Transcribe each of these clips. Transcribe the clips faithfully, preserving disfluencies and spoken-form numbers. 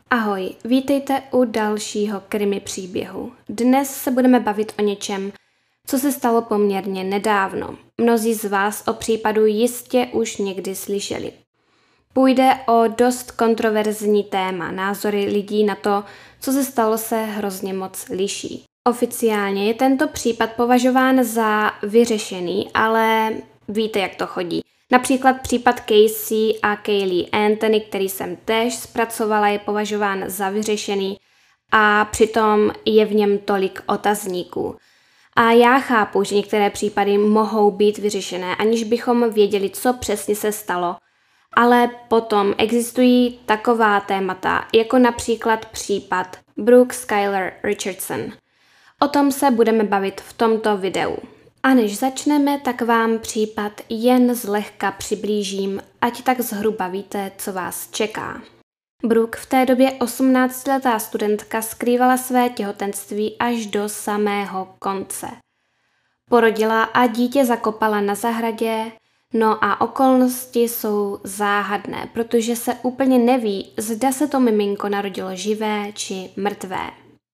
Ahoj, vítejte u dalšího krimi příběhu. Dnes se budeme bavit o něčem, co se stalo poměrně nedávno. Mnozí z vás o případu jistě už někdy slyšeli. Půjde o dost kontroverzní téma. Názory lidí na to, co se stalo, se hrozně moc liší. Oficiálně je tento případ považován za vyřešený, ale víte, jak to chodí. Například případ Casey a Caylee Anthony, který jsem též zpracovala, je považován za vyřešený a přitom je v něm tolik otazníků. A já chápu, že některé případy mohou být vyřešené, aniž bychom věděli, co přesně se stalo, ale potom existují taková témata, jako například případ Brooke Skylar Richardson. O tom se budeme bavit v tomto videu. A než začneme, tak vám případ jen zlehka přiblížím, ať tak zhruba víte, co vás čeká. Brooke, v té době osmnáctiletá studentka, skrývala své těhotenství až do samého konce. Porodila a dítě zakopala na zahradě, no a okolnosti jsou záhadné, protože se úplně neví, zda se to miminko narodilo živé či mrtvé.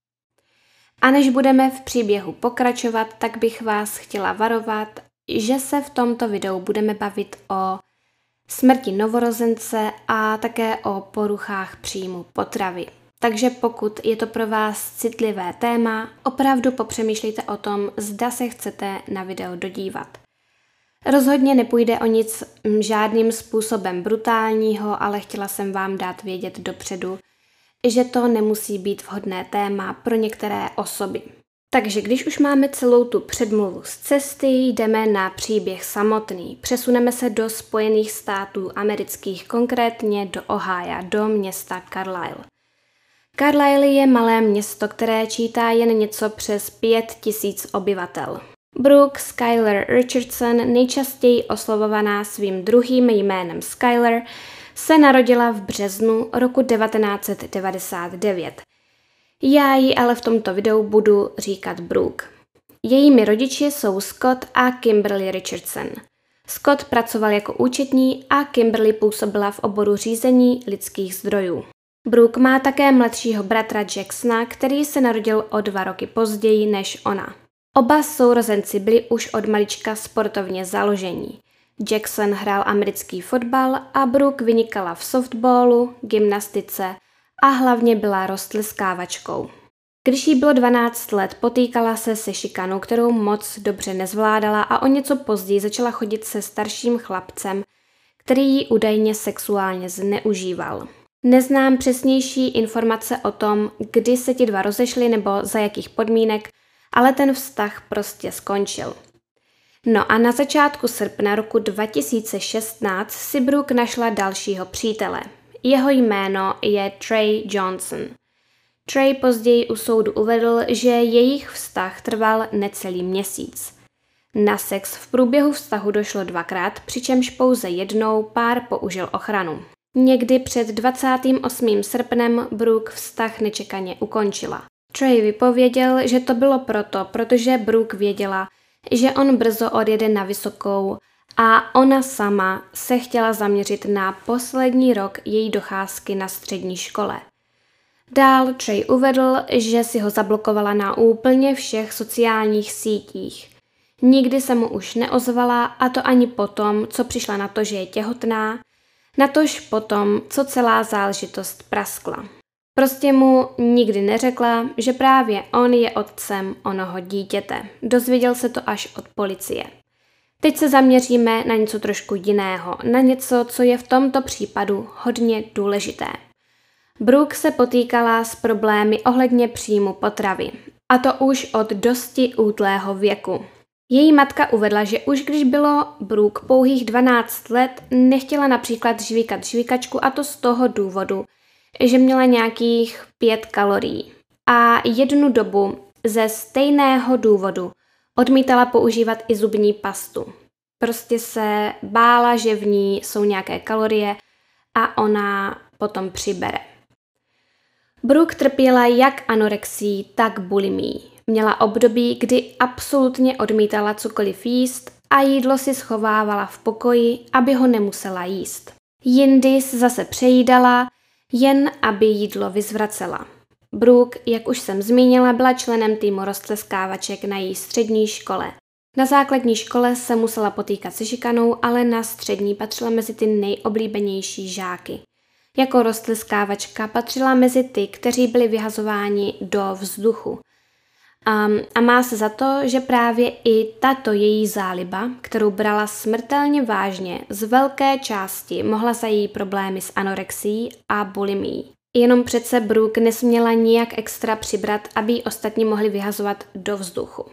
A než budeme v příběhu pokračovat, tak bych vás chtěla varovat, že se v tomto videu budeme bavit o smrti novorozence a také o poruchách příjmu potravy. Takže pokud je to pro vás citlivé téma, opravdu popřemýšlejte o tom, zda se chcete na video dodívat. Rozhodně nepůjde o nic žádným způsobem brutálního, ale chtěla jsem vám dát vědět dopředu, že to nemusí být vhodné téma pro některé osoby. Takže když už máme celou tu předmluvu z cesty, jdeme na příběh samotný. Přesuneme se do Spojených států amerických, konkrétně do Ohája, do města Carlisle. Carlisle je malé město, které čítá jen něco přes pět tisíc obyvatel. Brooke Skylar Richardson, nejčastěji oslovovaná svým druhým jménem Skylar, se narodila v březnu roku devatenáct set devadesát devět. Já ji ale v tomto videu budu říkat Brooke. Jejími rodiči jsou Scott a Kimberly Richardson. Scott pracoval jako účetní a Kimberly působila v oboru řízení lidských zdrojů. Brooke má také mladšího bratra Jacksona, který se narodil o dva roky později než ona. Oba sourozenci byli už od malička sportovně založení. Jackson hrál americký fotbal a Brooke vynikala v softballu, gymnastice a hlavně byla roztleskávačkou. Když jí bylo dvanáct let, potýkala se se šikanou, kterou moc dobře nezvládala a o něco později začala chodit se starším chlapcem, který ji údajně sexuálně zneužíval. Neznám přesnější informace o tom, kdy se ti dva rozešli nebo za jakých podmínek, ale ten vztah prostě skončil. No a na začátku srpna roku dva tisíce šestnáct si Brooke našla dalšího přítele. Jeho jméno je Trey Johnson. Trey později u soudu uvedl, že jejich vztah trval necelý měsíc. Na sex v průběhu vztahu došlo dvakrát, přičemž pouze jednou pár použil ochranu. Někdy před dvacátým osmým srpnem Brooke vztah nečekaně ukončila. Trey vypověděl, že to bylo proto, protože Brooke věděla, že on brzo odjede na vysokou a ona sama se chtěla zaměřit na poslední rok její docházky na střední škole. Dál Trey uvedl, že si ho zablokovala na úplně všech sociálních sítích. Nikdy se mu už neozvala, a to ani potom, co přišla na to, že je těhotná, natož potom, co celá záležitost praskla. Prostě mu nikdy neřekla, že právě on je otcem onoho dítěte. Dozvěděl se to až od policie. Teď se zaměříme na něco trošku jiného, na něco, co je v tomto případu hodně důležité. Brooke se potýkala s problémy ohledně příjmu potravy, a to už od dosti útlého věku. Její matka uvedla, že už když bylo Brooke pouhých dvanáct let, nechtěla například žvíkat žvíkačku, a to z toho důvodu, že měla nějakých pět kalorií. A jednu dobu ze stejného důvodu odmítala používat i zubní pastu. Prostě se bála, že v ní jsou nějaké kalorie a ona potom přibere. Brooke trpěla jak anorexií, tak bulimií. Měla období, kdy absolutně odmítala cokoliv jíst a jídlo si schovávala v pokoji, aby ho nemusela jíst. Jindy se zase přejídala, jen aby jídlo vyzvracela. Brooke, jak už jsem zmínila, byla členem týmu roztleskávaček na její střední škole. Na základní škole se musela potýkat se šikanou, ale na střední patřila mezi ty nejoblíbenější žáky. Jako roztleskávačka patřila mezi ty, kteří byli vyhazováni do vzduchu. A, a má se za to, že právě i tato její záliba, kterou brala smrtelně vážně, z velké části mohla za její problémy s anorexií a bulimií. Jenom přece Brooke nesměla nijak extra přibrat, aby ji ostatní mohli vyhazovat do vzduchu.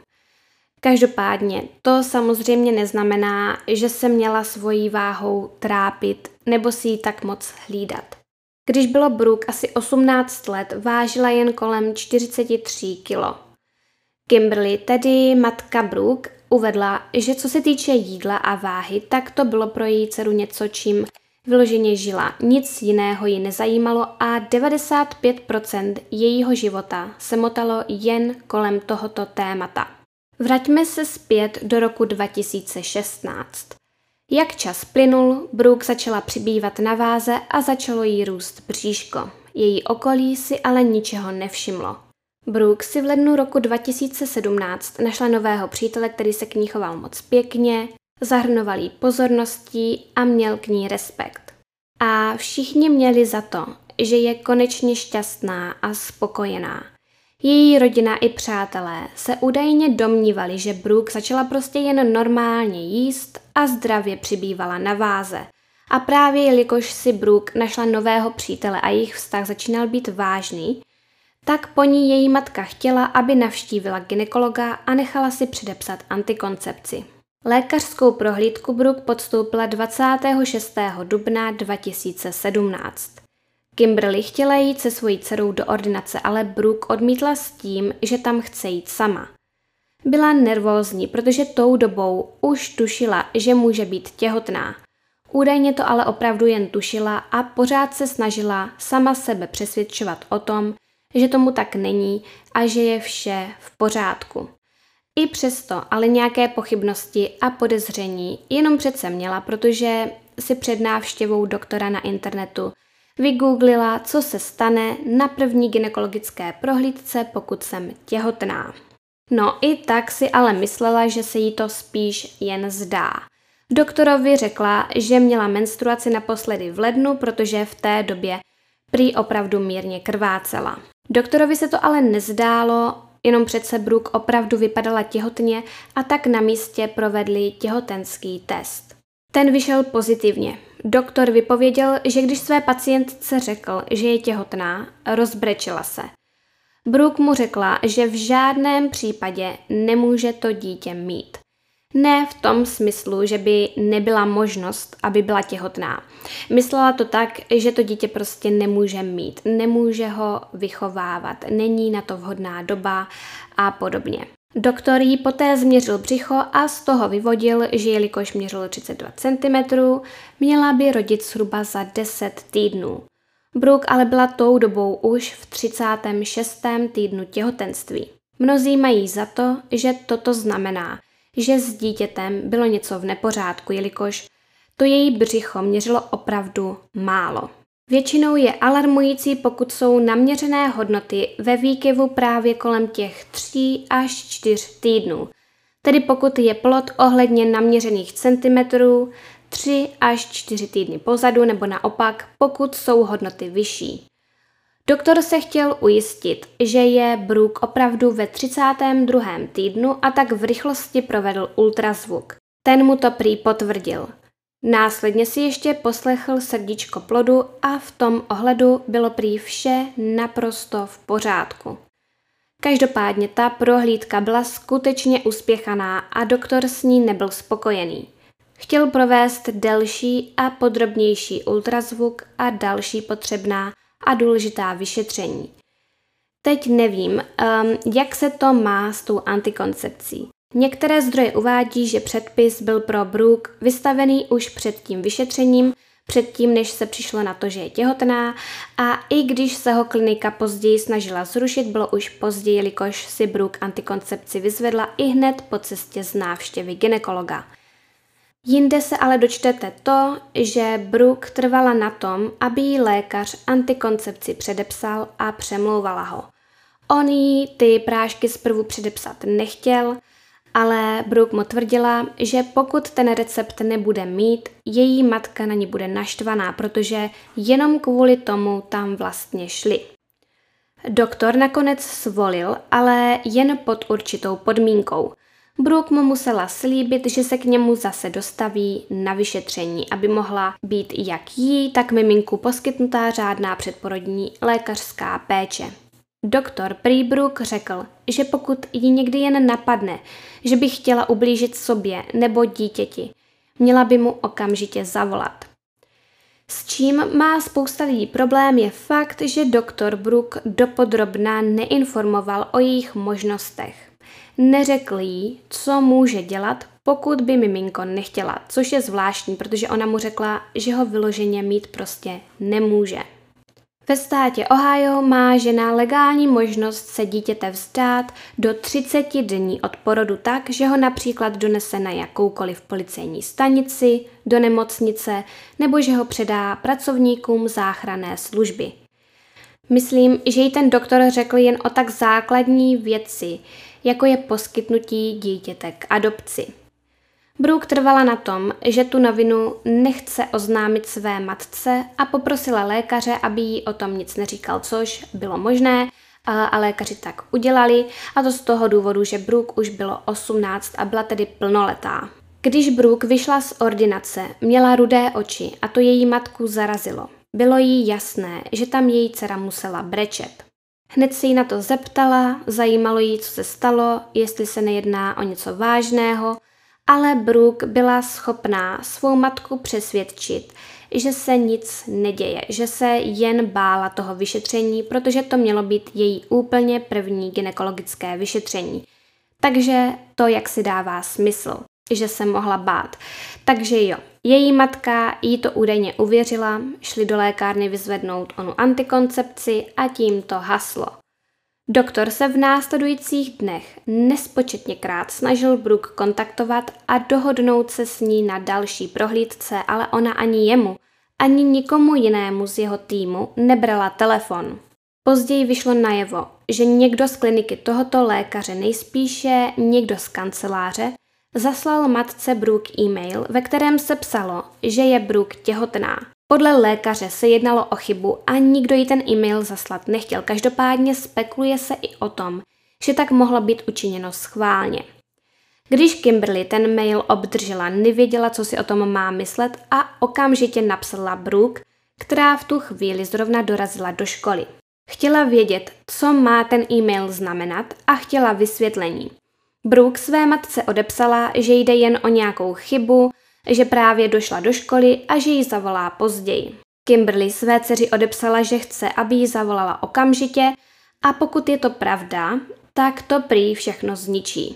Každopádně to samozřejmě neznamená, že se měla svojí váhou trápit nebo si ji tak moc hlídat. Když bylo Brooke asi osmnáct let, vážila jen kolem čtyřicet tři kilo. Kimberly, tedy matka Brooke, uvedla, že co se týče jídla a váhy, tak to bylo pro její dceru něco, čím vyloženě žila. Nic jiného ji nezajímalo a devadesát pět procent jejího života se motalo jen kolem tohoto témata. Vraťme se zpět do roku dva tisíce šestnáct. Jak čas plynul, Brooke začala přibývat na váze a začalo jí růst bříško. Její okolí si ale ničeho nevšimlo. Brooke si v lednu roku dva tisíce sedmnáct našla nového přítele, který se k ní choval moc pěkně, zahrnoval jí pozorností a měl k ní respekt. A všichni měli za to, že je konečně šťastná a spokojená. Její rodina i přátelé se údajně domnívali, že Brooke začala prostě jen normálně jíst a zdravě přibývala na váze. A právě jelikož si Brooke našla nového přítele a jejich vztah začínal být vážný, tak po ní její matka chtěla, aby navštívila gynekologa a nechala si předepsat antikoncepci. Lékařskou prohlídku Brooke podstoupila dvacátého šestého dubna dva tisíce sedmnáct. Kimberly chtěla jít se svojí dcerou do ordinace, ale Brooke odmítla s tím, že tam chce jít sama. Byla nervózní, protože tou dobou už tušila, že může být těhotná. Údajně to ale opravdu jen tušila a pořád se snažila sama sebe přesvědčovat o tom, že tomu tak není a že je vše v pořádku. I přesto ale nějaké pochybnosti a podezření jenom přece měla, protože si před návštěvou doktora na internetu vygooglila, co se stane na první gynekologické prohlídce, pokud jsem těhotná. No i tak si ale myslela, že se jí to spíš jen zdá. Doktorovi řekla, že měla menstruaci naposledy v lednu, protože v té době prý opravdu mírně krvácela. Doktorovi se to ale nezdálo, jenom přece Brooke opravdu vypadala těhotně a tak na místě provedli těhotenský test. Ten vyšel pozitivně. Doktor vypověděl, že když své pacientce řekl, že je těhotná, rozbrečela se. Brooke mu řekla, že v žádném případě nemůže to dítě mít. Ne v tom smyslu, že by nebyla možnost, aby byla těhotná. Myslela to tak, že to dítě prostě nemůže mít, nemůže ho vychovávat, není na to vhodná doba a podobně. Doktor jí poté změřil břicho a z toho vyvodil, že jelikož měřilo třicet dva centimetrů, měla by rodit zhruba za deset týdnů. Brooke ale byla tou dobou už v třicátém šestém týdnu těhotenství. Mnozí mají za to, že toto znamená, že s dítětem bylo něco v nepořádku, jelikož to její břicho měřilo opravdu málo. Většinou je alarmující, pokud jsou naměřené hodnoty ve výkyvu právě kolem těch tří až čtyř týdnů. Tedy pokud je plod ohledně naměřených centimetrů tři až čtyři týdny pozadu, nebo naopak, pokud jsou hodnoty vyšší. Doktor se chtěl ujistit, že je Brooke opravdu ve třicátém druhém týdnu a tak v rychlosti provedl ultrazvuk. Ten mu to prý potvrdil. Následně si ještě poslechl srdíčko plodu a v tom ohledu bylo prý vše naprosto v pořádku. Každopádně ta prohlídka byla skutečně uspěchaná a doktor s ní nebyl spokojený. Chtěl provést delší a podrobnější ultrazvuk a další potřebná a důležitá vyšetření. Teď nevím, um, jak se to má s tou antikoncepcí. Některé zdroje uvádí, že předpis byl pro Brooke vystavený už před tím vyšetřením, předtím, než se přišlo na to, že je těhotná, a i když se ho klinika později snažila zrušit, bylo už později, jelikož si Brooke antikoncepci vyzvedla i hned po cestě z návštěvy gynekologa. Jinde se ale dočtete to, že Brooke trvala na tom, aby jí lékař antikoncepci předepsal a přemlouvala ho. On jí ty prášky zprvu předepsat nechtěl, ale Brooke mu tvrdila, že pokud ten recept nebude mít, její matka na ní bude naštvaná, protože jenom kvůli tomu tam vlastně šli. Doktor nakonec svolil, ale jen pod určitou podmínkou. Brooke mu musela slíbit, že se k němu zase dostaví na vyšetření, aby mohla být jak jí, tak miminku poskytnutá řádná předporodní lékařská péče. Doktor prý Brooke řekl, že pokud ji někdy jen napadne, že by chtěla ublížit sobě nebo dítěti, měla by mu okamžitě zavolat. S čím má spousta lidí problém je fakt, že doktor Brooke dopodrobna neinformoval o jejich možnostech. Neřekl jí, co může dělat, pokud by miminko nechtěla, což je zvláštní, protože ona mu řekla, že ho vyloženě mít prostě nemůže. Ve státě Ohio má žena legální možnost se dítěte vzdát do třicet dní od porodu tak, že ho například donese na jakoukoliv policejní stanici, do nemocnice nebo že ho předá pracovníkům záchranné služby. Myslím, že jí ten doktor řekl jen o tak základní věci, jako je poskytnutí dítěte k adopci. Brooke trvala na tom, že tu novinu nechce oznámit své matce a poprosila lékaře, aby jí o tom nic neříkal, což bylo možné, a lékaři tak udělali, a to z toho důvodu, že Brooke už bylo osmnáct a byla tedy plnoletá. Když Brooke vyšla z ordinace, měla rudé oči a to její matku zarazilo. Bylo jí jasné, že tam její dcera musela brečet. Hned se jí na to zeptala, zajímalo jí, co se stalo, jestli se nejedná o něco vážného, ale Brooke byla schopná svou matku přesvědčit, že se nic neděje, že se jen bála toho vyšetření, protože to mělo být její úplně první gynekologické vyšetření. Takže to jaksi dává smysl, že se mohla bát. Takže jo, její matka jí to údajně uvěřila, šli do lékárny vyzvednout onu antikoncepci a tím to haslo. Doktor se v následujících dnech nespočetněkrát snažil Brooke kontaktovat a dohodnout se s ní na další prohlídce, ale ona ani jemu, ani nikomu jinému z jeho týmu nebrala telefon. Později vyšlo najevo, že někdo z kliniky tohoto lékaře, nejspíše někdo z kanceláře, zaslal matce Brooke e-mail, ve kterém se psalo, že je Brooke těhotná. Podle lékaře se jednalo o chybu a nikdo jí ten e-mail zaslat nechtěl. Každopádně spekuluje se i o tom, že tak mohlo být učiněno schválně. Když Kimberly ten mail obdržela, nevěděla, co si o tom má myslet a okamžitě napsala Brooke, která v tu chvíli zrovna dorazila do školy. Chtěla vědět, co má ten e-mail znamenat a chtěla vysvětlení. Brooke své matce odepsala, že jde jen o nějakou chybu, že právě došla do školy a že ji zavolá později. Kimberly své dceři odepsala, že chce, aby ji zavolala okamžitě a pokud je to pravda, tak to prý všechno zničí.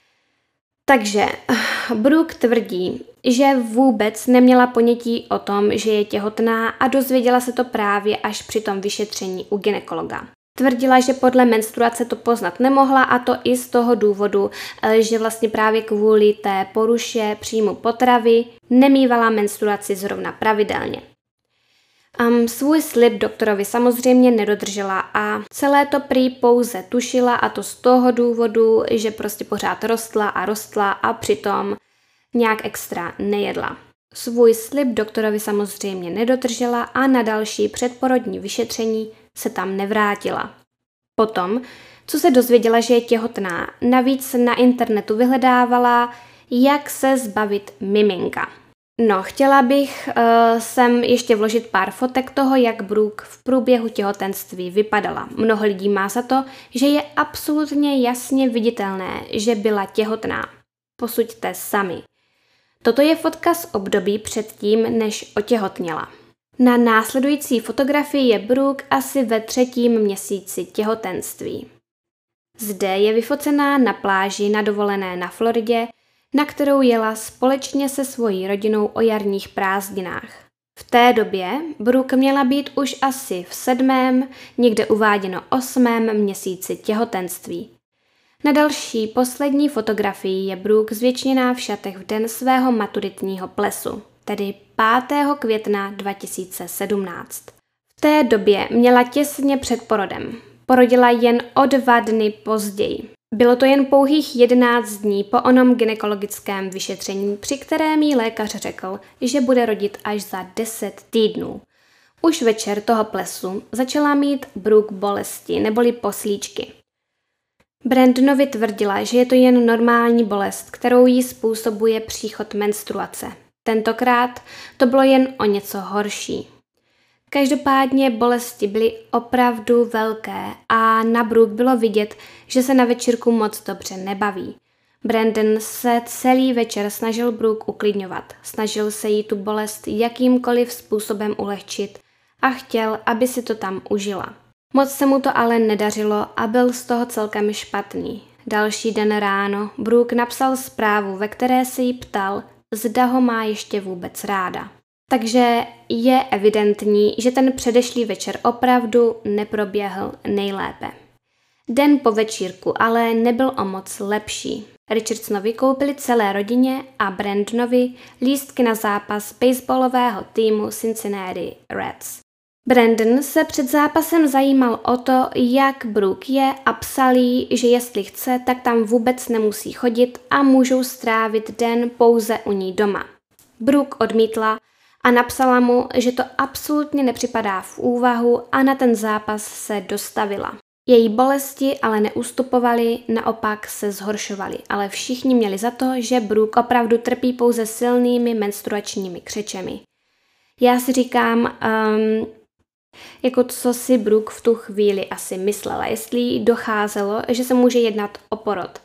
Takže Brooke tvrdí, že vůbec neměla ponětí o tom, že je těhotná a dozvěděla se to právě až při tom vyšetření u gynekologa. Tvrdila, že podle menstruace to poznat nemohla a to i z toho důvodu, že vlastně právě kvůli té poruše příjmu potravy nemívala menstruaci zrovna pravidelně. Um, svůj slib doktorovi samozřejmě nedodržela a celé to prý pouze tušila a to z toho důvodu, že prostě pořád rostla a rostla a přitom nějak extra nejedla. Svůj slib doktorovi samozřejmě nedodržela a na další předporodní vyšetření se tam nevrátila. Potom, co se dozvěděla, že je těhotná, navíc na internetu vyhledávala, jak se zbavit miminka. No, chtěla bych uh, sem ještě vložit pár fotek toho, jak Brooke v průběhu těhotenství vypadala. Mnoho lidí má za to, že je absolutně jasně viditelné, že byla těhotná. Posuďte sami. Toto je fotka z období předtím, než otěhotněla. Na následující fotografii je Brooke asi ve třetím měsíci těhotenství. Zde je vyfocená na pláži na dovolené na Floridě, na kterou jela společně se svojí rodinou o jarních prázdninách. V té době Brooke měla být už asi v sedmém, někde uváděno osmém měsíci těhotenství. Na další, poslední fotografii je Brooke zvětšněná v šatech v den svého maturitního plesu, tedy pátého května dva tisíce sedmnáct. V té době měla těsně před porodem. Porodila jen o dva dny později. Bylo to jen pouhých jedenáct dní po onom gynekologickém vyšetření, při kterém jí lékař řekl, že bude rodit až za deset týdnů. Už večer toho plesu začala mít Brooke bolesti neboli poslíčky. Brandonovi tvrdila, že je to jen normální bolest, kterou jí způsobuje příchod menstruace. Tentokrát to bylo jen o něco horší. Každopádně bolesti byly opravdu velké a na Brooke bylo vidět, že se na večírku moc dobře nebaví. Brandon se celý večer snažil Brooke uklidňovat, snažil se jí tu bolest jakýmkoliv způsobem ulehčit a chtěl, aby si to tam užila. Moc se mu to ale nedařilo a byl z toho celkem špatný. Další den ráno Brooke napsal zprávu, ve které se jí ptal, zda ho má ještě vůbec ráda. Takže je evidentní, že ten předešlý večer opravdu neproběhl nejlépe. Den po večírku ale nebyl o moc lepší. Richardsonovi koupili celé rodině a Brandonovi lístky na zápas baseballového týmu Cincinnati Reds. Brandon se před zápasem zajímal o to, jak Brooke je a psal jí, že jestli chce, tak tam vůbec nemusí chodit a můžou strávit den pouze u ní doma. Brooke odmítla a napsala mu, že to absolutně nepřipadá v úvahu a na ten zápas se dostavila. Její bolesti ale neustupovaly, naopak se zhoršovaly, ale všichni měli za to, že Brooke opravdu trpí pouze silnými menstruačními křečemi. Já si říkám, um, jako co si Brooke v tu chvíli asi myslela, jestli jí docházelo, že se může jednat o porod.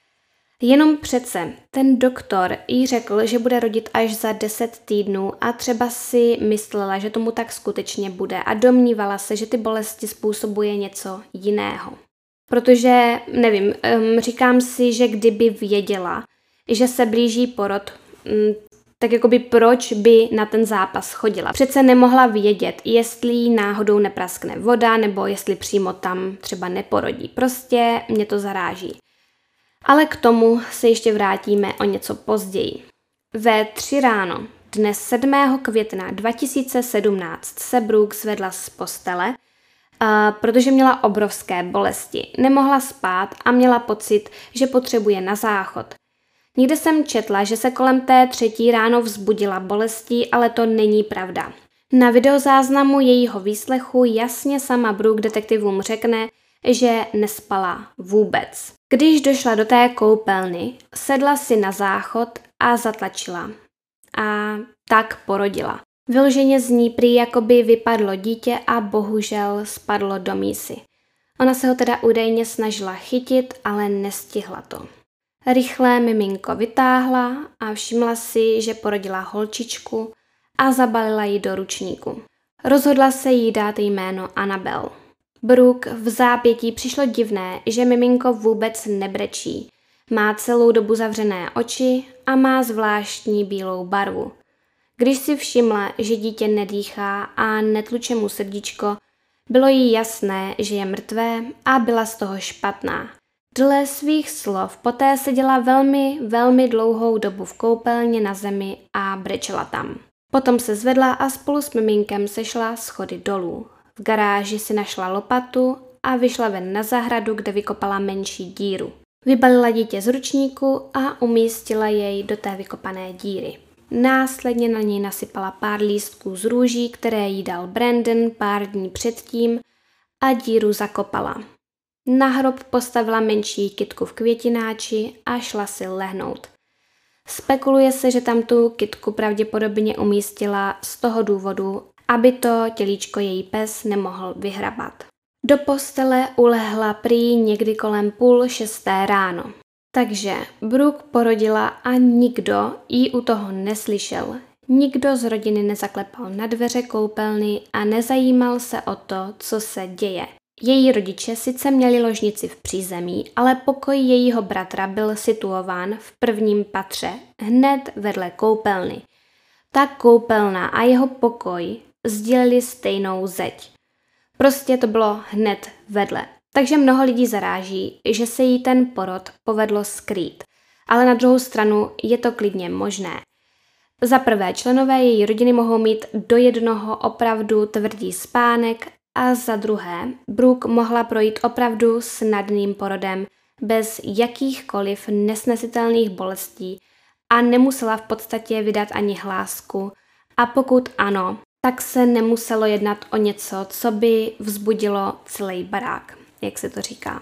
Jenom přece ten doktor jí řekl, že bude rodit až za deset týdnů a třeba si myslela, že tomu tak skutečně bude a domnívala se, že ty bolesti způsobuje něco jiného. Protože, nevím, um, říkám si, že kdyby věděla, že se blíží porod, um, tak jakoby proč by na ten zápas chodila. Přece nemohla vědět, jestli jí náhodou nepraskne voda nebo jestli přímo tam třeba neporodí. Prostě mě to zaráží. Ale k tomu se ještě vrátíme o něco později. Ve tři ráno, dne sedmého května dva tisíce sedmnáct, se Brooke zvedla z postele, uh, protože měla obrovské bolesti. Nemohla spát a měla pocit, že potřebuje na záchod. Někde jsem četla, že se kolem té třetí ráno vzbudila bolestí, ale to není pravda. Na videozáznamu jejího výslechu jasně sama Brooke detektivům řekne, že nespala vůbec. Když došla do té koupelny, sedla si na záchod a zatlačila. A tak porodila. Vyloženě z ní prý jakoby vypadlo dítě a bohužel spadlo do mísy. Ona se ho teda údajně snažila chytit, ale nestihla to. Rychle miminko vytáhla a všimla si, že porodila holčičku a zabalila ji do ručníku. Rozhodla se jí dát jméno Annabelle. Brooke v zápětí přišlo divné, že miminko vůbec nebrečí. Má celou dobu zavřené oči a má zvláštní bílou barvu. Když si všimla, že dítě nedýchá a netluče mu srdíčko, bylo jí jasné, že je mrtvé a byla z toho špatná. Dle svých slov poté seděla velmi, velmi dlouhou dobu v koupelně na zemi a brečela tam. Potom se zvedla a spolu s miminkem sešla schody dolů. V garáži si našla lopatu a vyšla ven na zahradu, kde vykopala menší díru. Vybalila dítě z ručníku a umístila jej do té vykopané díry. Následně na něj nasypala pár lístků z růží, které jí dal Brandon pár dní předtím, a díru zakopala. Na hrob postavila menší kytku v květináči a šla si lehnout. Spekuluje se, že tam tu kytku pravděpodobně umístila z toho důvodu, aby to tělíčko její pes nemohl vyhrabat. Do postele ulehla prý někdy kolem půl šesté ráno. Takže Brooke porodila a nikdo jí u toho neslyšel. Nikdo z rodiny nezaklepal na dveře koupelny a nezajímal se o to, co se děje. Její rodiče sice měli ložnici v přízemí, ale pokoj jejího bratra byl situován v prvním patře, hned vedle koupelny. Ta koupelna a jeho pokoj sdíleli stejnou zeď. Prostě to bylo hned vedle. Takže mnoho lidí zaráží, že se jí ten porod povedlo skrýt, ale na druhou stranu je to klidně možné. Za prvé, členové její rodiny mohou mít do jednoho opravdu tvrdý spánek a za druhé, Brooke mohla projít opravdu snadným porodem bez jakýchkoliv nesnesitelných bolestí a nemusela v podstatě vydat ani hlásku a pokud ano, tak se nemuselo jednat o něco, co by vzbudilo celý barák, jak se to říká.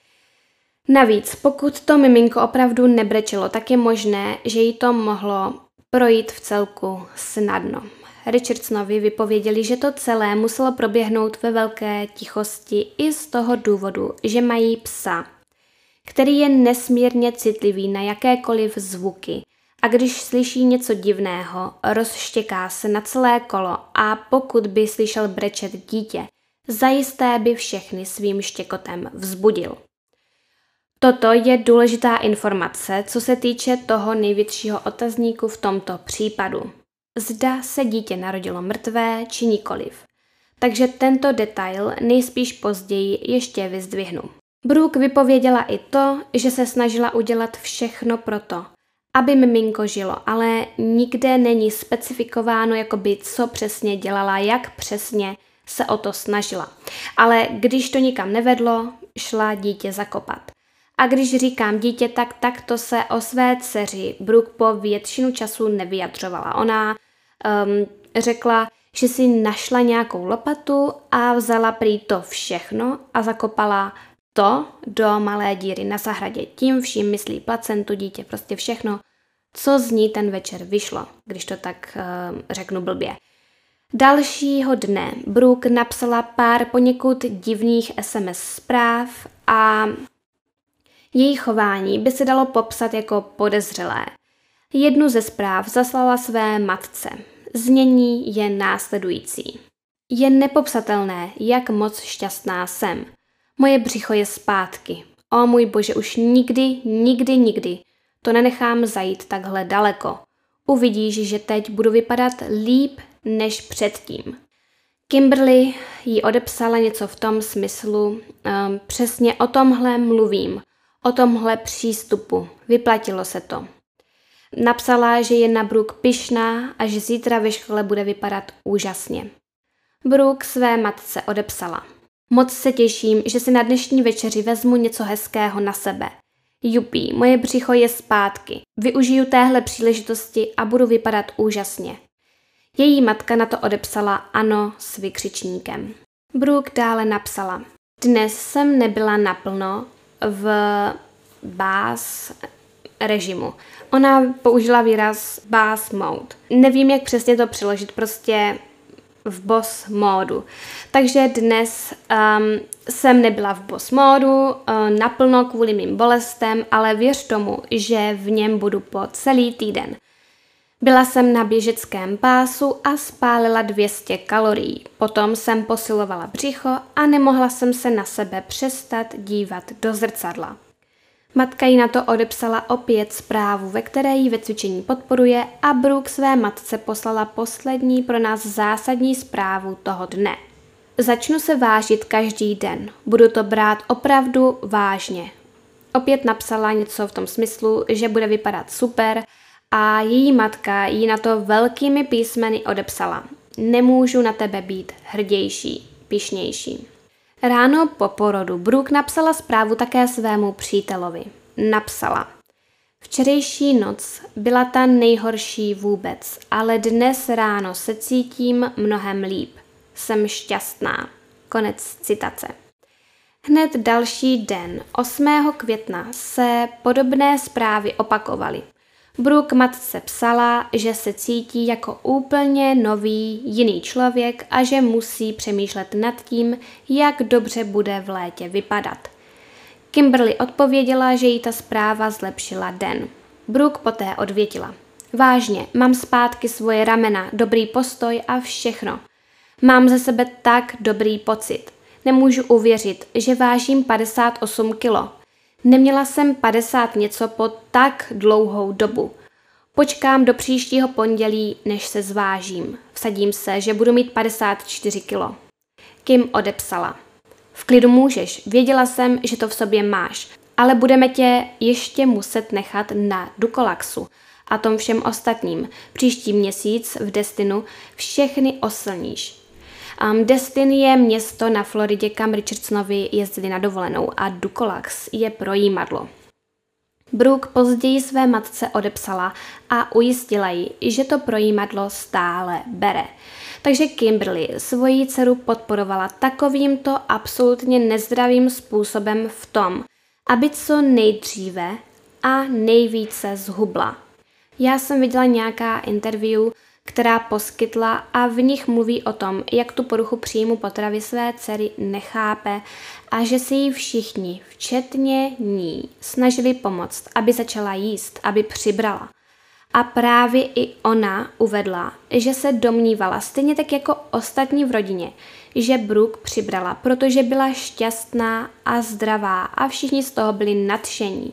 Navíc, pokud to miminko opravdu nebrečelo, tak je možné, že jí to mohlo projít v celku snadno. Richardsonovi vypověděli, že to celé muselo proběhnout ve velké tichosti i z toho důvodu, že mají psa, který je nesmírně citlivý na jakékoliv zvuky a když slyší něco divného, rozštěká se na celé kolo a pokud by slyšel brečet dítě, zajisté by všechny svým štěkotem vzbudil. Toto je důležitá informace, co se týče toho největšího otazníku v tomto případu. Zda se dítě narodilo mrtvé či nikoliv. Takže tento detail nejspíš později ještě vyzdvihnu. Brooke vypověděla i to, že se snažila udělat všechno proto, aby miminko žilo, ale nikde není specifikováno, jakoby co přesně dělala, jak přesně se o to snažila. Ale když to nikam nevedlo, šla dítě zakopat. A když říkám dítě, tak takto se o své dceři Brooke po většinu času nevyjadřovala. Ona um, řekla, že si našla nějakou lopatu a vzala prý to všechno a zakopala to do malé díry na zahradě. Tím vším myslí placentu, dítě, prostě všechno, co z ní ten večer vyšlo, když to tak um, řeknu blbě. Dalšího dne Brooke napsala pár poněkud divných es em es zpráv a její chování by se dalo popsat jako podezřelé. Jednu ze zpráv zaslala své matce. Znění je následující. Je nepopsatelné, jak moc šťastná jsem. Moje břicho je zpátky. O můj bože, už nikdy, nikdy, nikdy to nenechám zajít takhle daleko. Uvidíš, že teď budu vypadat líp než předtím. Kimberly jí odepsala něco v tom smyslu, um, přesně o tomhle mluvím. O tomhle přístupu. Vyplatilo se to. Napsala, že je na Brooke pyšná a že zítra ve škole bude vypadat úžasně. Brooke své matce odepsala. Moc se těším, že si na dnešní večeři vezmu něco hezkého na sebe. Jupí, moje břicho je zpátky. Využiju téhle příležitosti a budu vypadat úžasně. Její matka na to odepsala ano s vykřičníkem. Brooke dále napsala. Dnes jsem nebyla naplno v boss režimu. Ona použila výraz boss mode. Nevím, jak přesně to přeložit, prostě v boss módu. Takže dnes um, jsem nebyla v boss módu uh, naplno kvůli mým bolestem, ale věř tomu, že v něm budu po celý týden. Byla jsem na běžeckém pásu a spálila dvě stě kalorií. Potom jsem posilovala břicho a nemohla jsem se na sebe přestat dívat do zrcadla. Matka jí na to odepsala opět zprávu, ve které jí ve cvičení podporuje a Brooke své matce poslala poslední pro nás zásadní zprávu toho dne. Začnu se vážit každý den. Budu to brát opravdu vážně. Opět napsala něco v tom smyslu, že bude vypadat super a její matka jí na to velkými písmeny odepsala. Nemůžu na tebe být hrdější, pyšnější. Ráno po porodu Brooke napsala zprávu také svému přítelovi. Napsala. Včerejší noc byla ta nejhorší vůbec, ale dnes ráno se cítím mnohem líp. Jsem šťastná. Konec citace. Hned další den, osmého května, se podobné zprávy opakovaly. Brooke matce psala, že se cítí jako úplně nový, jiný člověk a že musí přemýšlet nad tím, jak dobře bude v létě vypadat. Kimberly odpověděla, že jí ta zpráva zlepšila den. Brooke poté odvětila. Vážně, mám zpátky svoje ramena, dobrý postoj a všechno. Mám ze sebe tak dobrý pocit. Nemůžu uvěřit, že vážím padesát osm kilo. Neměla jsem padesát něco po tak dlouhou dobu. Počkám do příštího pondělí, než se zvážím. Vsadím se, že budu mít padesát čtyři kilo. Kim odepsala. V klidu můžeš, věděla jsem, že to v sobě máš, ale budeme tě ještě muset nechat na Dukolaxu a tom všem ostatním. Příští měsíc v Destinu všechny oslníš. Um, Destin je město na Floridě, kam Richardsonovi jezdili na dovolenou a Dukolax je projímadlo. Brooke později své matce odepsala a ujistila ji, že to projímadlo stále bere. Takže Kimberly svoji dceru podporovala takovýmto absolutně nezdravým způsobem v tom, aby co nejdříve a nejvíce zhubla. Já jsem viděla nějaká interview, která poskytla a v nich mluví o tom, jak tu poruchu příjmu potravy své dcery nechápe a že se jí všichni, včetně ní, snažili pomoct, aby začala jíst, aby přibrala. A právě i ona uvedla, že se domnívala, stejně tak jako ostatní v rodině, že Brooke přibrala, protože byla šťastná a zdravá a všichni z toho byli nadšení.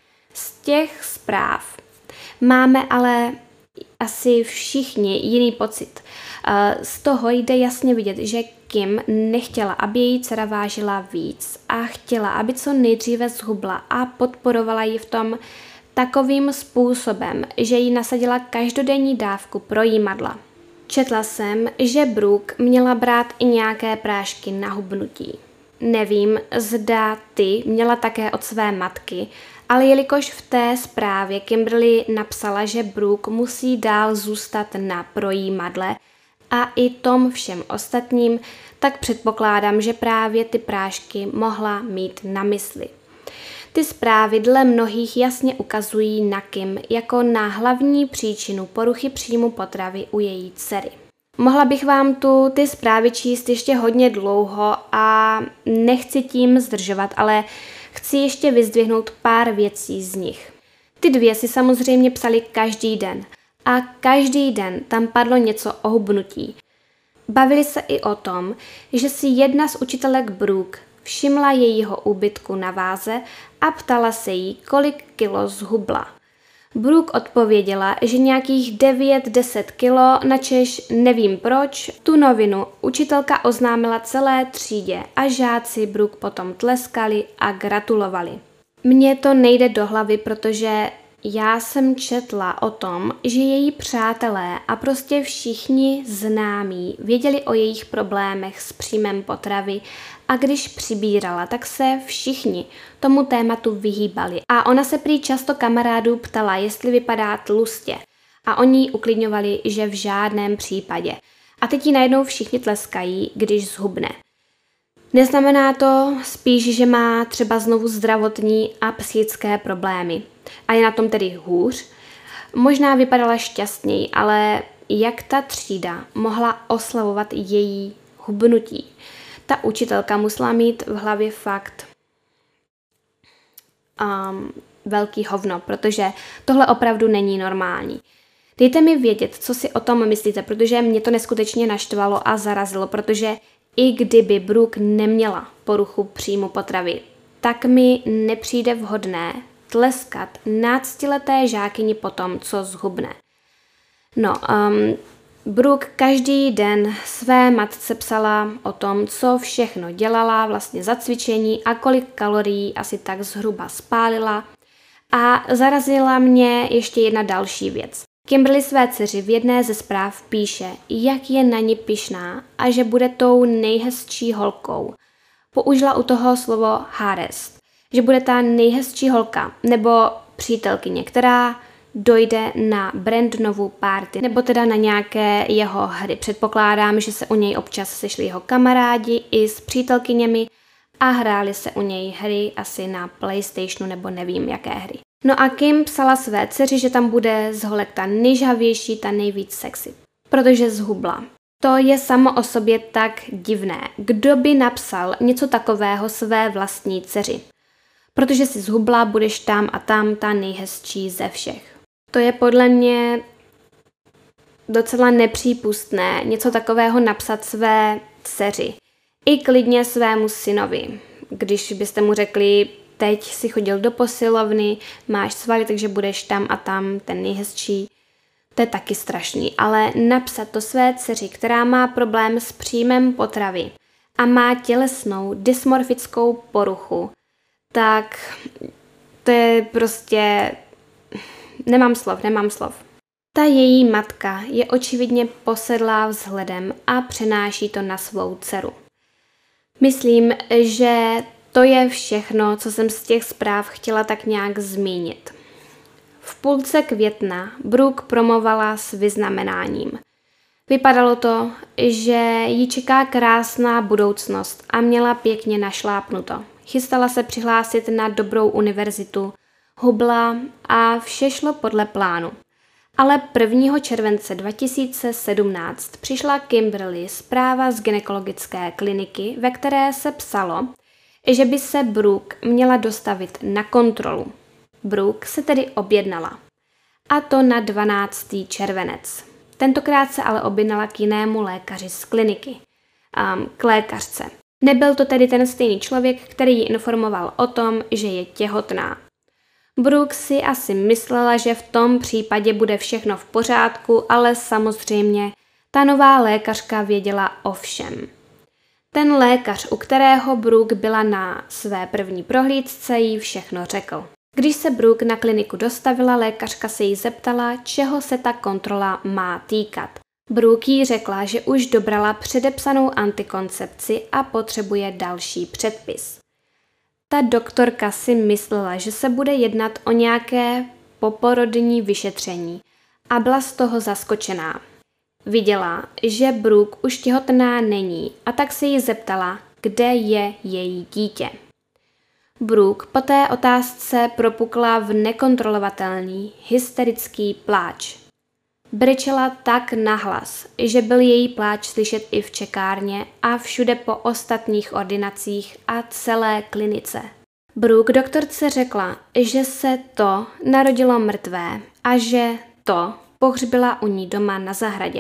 Z těch zpráv máme ale asi všichni jiný pocit. Z toho jde jasně vidět, že Kim nechtěla, aby její dcera vážila víc a chtěla, aby co nejdříve zhubla a podporovala ji v tom takovým způsobem, že jí nasadila každodenní dávku projímadla. Četla jsem, že Brooke měla brát i nějaké prášky na hubnutí. Nevím, zda ty měla také od své matky, ale jelikož v té zprávě Kimberly napsala, že Brooke musí dál zůstat na projímadle a i tom všem ostatním, tak předpokládám, že právě ty prášky mohla mít na mysli. Ty zprávy dle mnohých jasně ukazují na Kim jako na hlavní příčinu poruchy příjmu potravy u její dcery. Mohla bych vám tu ty zprávy číst ještě hodně dlouho a nechci tím zdržovat, ale chci ještě vyzdvihnout pár věcí z nich. Ty dvě si samozřejmě psali každý den a každý den tam padlo něco o hubnutí. Bavili se i o tom, že si jedna z učitelek Brooke všimla jejího úbytku na váze a ptala se jí, kolik kilo zhubla. Brooke odpověděla, že nějakých devět deset kilo, načež nevím proč. Tu novinu učitelka oznámila celé třídě a žáci Brooke potom tleskali a gratulovali. Mně to nejde do hlavy, protože já jsem četla o tom, že její přátelé a prostě všichni známí věděli o jejich problémech s příjmem potravy a když přibírala, tak se všichni tomu tématu vyhýbali. A ona se prý často kamarádů ptala, jestli vypadá tlustě. A oni ji uklidňovali, že v žádném případě. A teď ji najednou všichni tleskají, když zhubne. Neznamená to spíš, že má třeba znovu zdravotní a psychické problémy. A je na tom tedy hůř. Možná vypadala šťastněji, ale jak ta třída mohla oslavovat její hubnutí? Ta učitelka musela mít v hlavě fakt um, velký hovno, protože tohle opravdu není normální. Dejte mi vědět, co si o tom myslíte, protože mě to neskutečně naštvalo a zarazilo, protože i kdyby Brooke neměla poruchu příjmu potravy, tak mi nepřijde vhodné tleskat náctileté žákyni po tom, co zhubne. No, um, Brooke každý den své matce psala o tom, co všechno dělala vlastně za cvičení a kolik kalorií asi tak zhruba spálila. A zarazila mě ještě jedna další věc. Kimberly své dceři v jedné ze zpráv píše, jak je na ní pyšná a že bude tou nejhezčí holkou. Použila u toho slovo hardest, že bude ta nejhezčí holka nebo přítelkyně, která dojde na Brandonovu party, nebo teda na nějaké jeho hry. Předpokládám, že se u něj občas sešli jeho kamarádi i s přítelkyněmi a hráli se u něj hry asi na PlayStationu nebo nevím jaké hry. No a Kim psala své dceři, že tam bude z holek ta nejžhavější, ta nejvíc sexy, protože zhubla. To je samo o sobě tak divné. Kdo by napsal něco takového své vlastní dceři? Protože si zhubla, budeš tam a tam ta nejhezčí ze všech. To je podle mě docela nepřípustné něco takového napsat své dceři. I klidně svému synovi. Když byste mu řekli, teď si chodil do posilovny, máš svaly, takže budeš tam a tam ten nejhezčí. To je taky strašný. Ale napsat to své dceři, která má problém s příjmem potravy a má tělesnou dysmorfickou poruchu, tak to je prostě... Nemám slov, nemám slov. Ta její matka je očividně posedlá vzhledem a přenáší to na svou dceru. Myslím, že to je všechno, co jsem z těch zpráv chtěla tak nějak zmínit. V půlce května Brooke promovala s vyznamenáním. Vypadalo to, že ji čeká krásná budoucnost a měla pěkně našlápnuto. Chystala se přihlásit na dobrou univerzitu, hubla a vše šlo podle plánu. Ale prvního července dva tisíce sedmnáct přišla Kimberly zpráva z gynekologické kliniky, ve které se psalo, že by se Brooke měla dostavit na kontrolu. Brooke se tedy objednala. A to na dvanáctý červenec. Tentokrát se ale objednala k jinému lékaři z kliniky. Um, k lékařce. Nebyl to tedy ten stejný člověk, který ji informoval o tom, že je těhotná. Brooke si asi myslela, že v tom případě bude všechno v pořádku, ale samozřejmě ta nová lékařka věděla o všem. Ten lékař, u kterého Brooke byla na své první prohlídce, jí všechno řekl. Když se Brooke na kliniku dostavila, lékařka se jí zeptala, čeho se ta kontrola má týkat. Brooke jí řekla, že už dobrala předepsanou antikoncepci a potřebuje další předpis. Ta doktorka si myslela, že se bude jednat o nějaké poporodní vyšetření a byla z toho zaskočená. Viděla, že Brooke už těhotná není a tak se jí zeptala, kde je její dítě. Brooke po té otázce propukla v nekontrolovatelný, hysterický pláč. Brečela tak nahlas, že byl její pláč slyšet i v čekárně a všude po ostatních ordinacích a celé klinice. Brooke doktorce řekla, že se to narodilo mrtvé a že to pohřbila u ní doma na zahradě.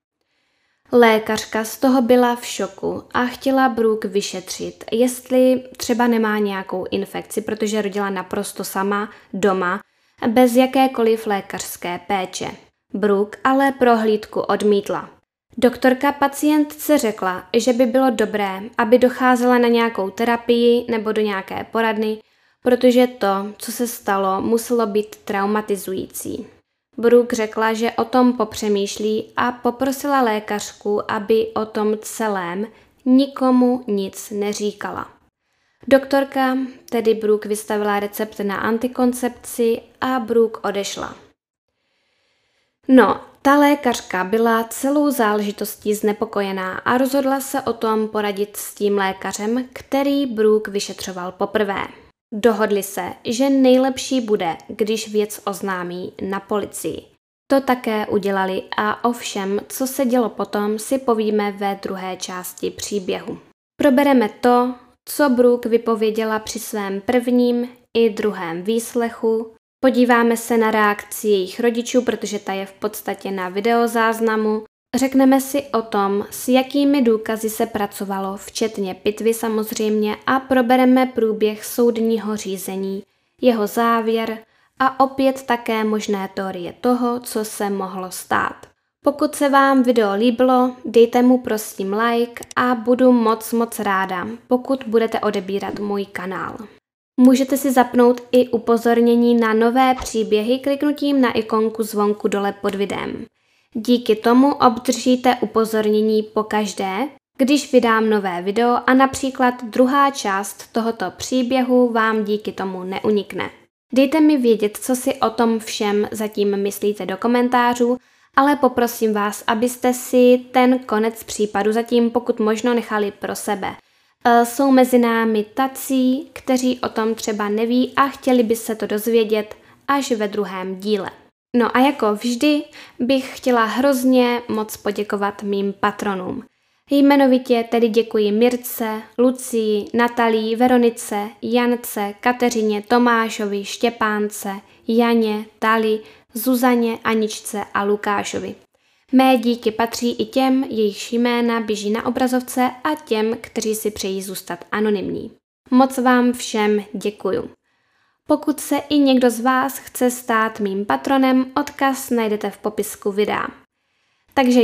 Lékařka z toho byla v šoku a chtěla Brooke vyšetřit, jestli třeba nemá nějakou infekci, protože rodila naprosto sama, doma, bez jakékoliv lékařské péče. Brooke ale prohlídku odmítla. Doktorka pacientce řekla, že by bylo dobré, aby docházela na nějakou terapii nebo do nějaké poradny, protože to, co se stalo, muselo být traumatizující. Brooke řekla, že o tom popřemýšlí a poprosila lékařku, aby o tom celém nikomu nic neříkala. Doktorka tedy Brooke vystavila recept na antikoncepci a Brooke odešla. No, ta lékařka byla celou záležitostí znepokojená a rozhodla se o tom poradit s tím lékařem, který Brooke vyšetřoval poprvé. Dohodli se, že nejlepší bude, když věc oznámí na policii. To také udělali a o všem, co se dělo potom, si povíme ve druhé části příběhu. Probereme to, co Brooke vypověděla při svém prvním i druhém výslechu. Podíváme se na reakci jejich rodičů, protože ta je v podstatě na videozáznamu. Řekneme si o tom, s jakými důkazy se pracovalo, včetně pitvy samozřejmě, a probereme průběh soudního řízení, jeho závěr a opět také možné teorie toho, co se mohlo stát. Pokud se vám video líbilo, dejte mu prosím like a budu moc moc ráda, pokud budete odebírat můj kanál. Můžete si zapnout i upozornění na nové příběhy kliknutím na ikonku zvonku dole pod videem. Díky tomu obdržíte upozornění pokaždé, když vydám nové video a například druhá část tohoto příběhu vám díky tomu neunikne. Dejte mi vědět, co si o tom všem zatím myslíte do komentářů, ale poprosím vás, abyste si ten konec případu zatím pokud možno nechali pro sebe. Jsou mezi námi tací, kteří o tom třeba neví a chtěli by se to dozvědět až ve druhém díle. No a jako vždy bych chtěla hrozně moc poděkovat mým patronům. Jmenovitě tedy děkuji Mirce, Lucii, Natalii, Veronice, Jance, Kateřině, Tomášovi, Štěpánce, Janě, Tali, Zuzaně, Aničce a Lukášovi. Mé díky patří i těm, jejichž jména běží na obrazovce a těm, kteří si přejí zůstat anonymní. Moc vám všem děkuju. Pokud se i někdo z vás chce stát mým patronem, odkaz najdete v popisku videa. Takže jo,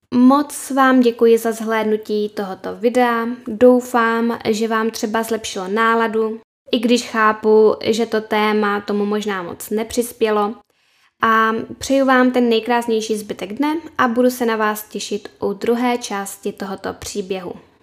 Moc vám děkuji za zhlédnutí tohoto videa. Doufám, že vám třeba zlepšilo náladu, i když chápu, že to téma tomu možná moc nepřispělo. A přeju vám ten nejkrásnější zbytek dne a budu se na vás těšit u druhé části tohoto příběhu.